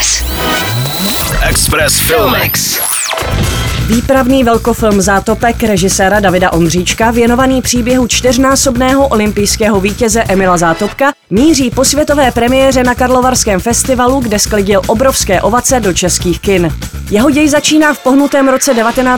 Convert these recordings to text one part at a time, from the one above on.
Express Filmex. Výpravný velkofilm Zátopek režiséra Davida Ondříčka, věnovaný příběhu čtyřnásobného olympijského vítěze Emila Zátopka, míří po světové premiéře na Karlovarském festivalu, kde sklidil obrovské ovace do českých kin. Jeho děj začíná v pohnutém roce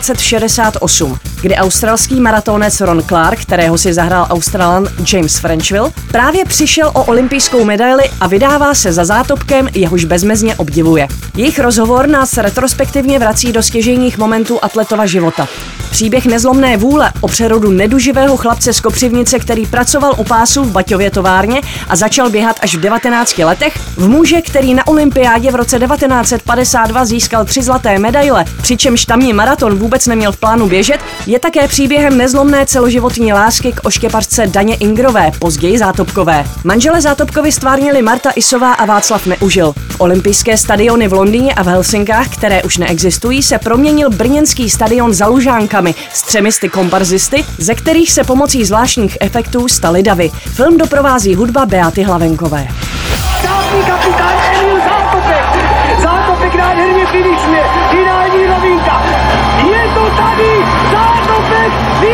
1968, kdy australský maratonec Ron Clark, kterého si zahrál Australan James Frenchville, právě přišel o olympijskou medaili a vydává se za Zátopkem, jehož bezmezně obdivuje. Jejich rozhovor nás retrospektivně vrací do stěžejních momentů atletova života. Příběh nezlomné vůle o přerodu neduživého chlapce z Kopřivnice, který pracoval u pásu v Baťově továrně a začal běhat až v 19 letech, v muže, který na olympiádě v roce 1952 získal 3 zlaté medaile, přičemž tamní maraton vůbec neměl v plánu běžet, je také příběhem nezlomné celoživotní lásky k oštěpařce Daně Ingrové, později Zátopkové. Manžele Zátopkovi stvárnili Marta Isová a Václav Neužil. V olympijské stadiony v Londýně a v Helsinkách, které už neexistují, se proměnil brněnský stadion za Lužánkami s 300 komparzisty, ze kterých se pomocí zvláštních efektů staly davy. Film doprovází hudba Beaty Hlavenkové. Státní kapitán Emil Zátopek! Zátopek nádherně finišuje! Finální rovinka! Je to tady! Zátopek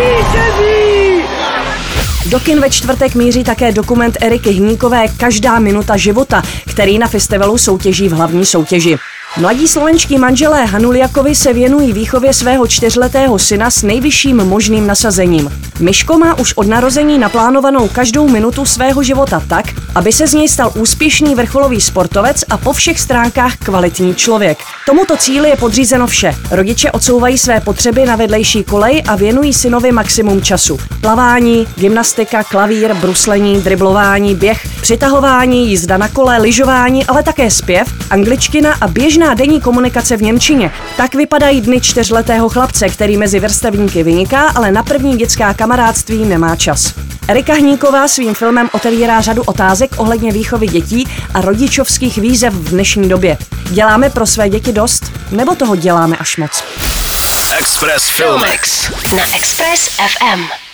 vítězí! Do kin ve čtvrtek míří také dokument Eriky Hníkové Každá minuta života, který na festivalu soutěží v hlavní soutěži. Mladí slovenští manželé Hanuliakovi se věnují výchově svého 4letého syna s nejvyšším možným nasazením. Myško má už od narození naplánovanou každou minutu svého života tak, aby se z něj stal úspěšný vrcholový sportovec a po všech stránkách kvalitní člověk. Tomuto cíli je podřízeno vše. Rodiče odsouvají své potřeby na vedlejší kolej a věnují synovi maximum času. Plavání, gymnastika, klavír, bruslení, driblování, běh, přitahování, jízda na kole, lyžování, ale také zpěv, angličtina a běžná denní komunikace v němčině. Tak vypadají dny 4letého chlapce, který mezi vrstevníky vyniká, ale na první dětská kamarádství nemá čas. Erika Hníková svým filmem otevírá řadu otázek ohledně výchovy dětí a rodičovských výzev v dnešní době. Děláme pro své děti dost? Nebo toho děláme až moc? Express Filmex na Express FM.